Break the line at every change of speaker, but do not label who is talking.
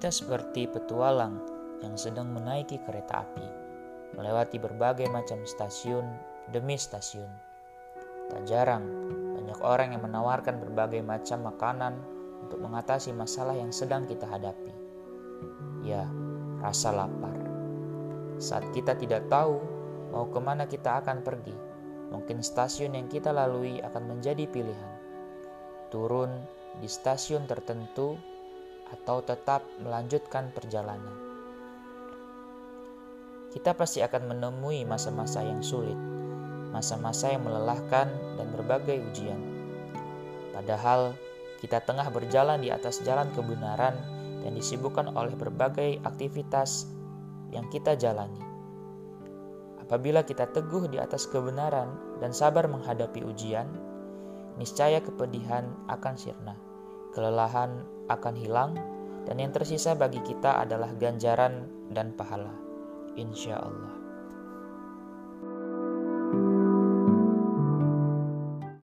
Kita seperti petualang yang sedang menaiki kereta api, melewati berbagai macam stasiun demi stasiun. Tak jarang, banyak orang yang menawarkan berbagai macam makanan untuk mengatasi masalah yang sedang kita hadapi. Ya, rasa lapar. Saat kita tidak tahu mau kemana kita akan pergi, mungkin stasiun yang kita lalui akan menjadi pilihan. Turun di stasiun tertentu atau tetap melanjutkan perjalanan. Kita pasti akan menemui masa-masa yang sulit, masa-masa yang melelahkan dan berbagai ujian. Padahal kita tengah berjalan di atas jalan kebenaran dan disibukkan oleh berbagai aktivitas yang kita jalani. Apabila kita teguh di atas kebenaran dan sabar menghadapi ujian, niscaya kepedihan akan sirna, kelelahan akan hilang, dan yang tersisa bagi kita adalah ganjaran dan pahala. Insya Allah.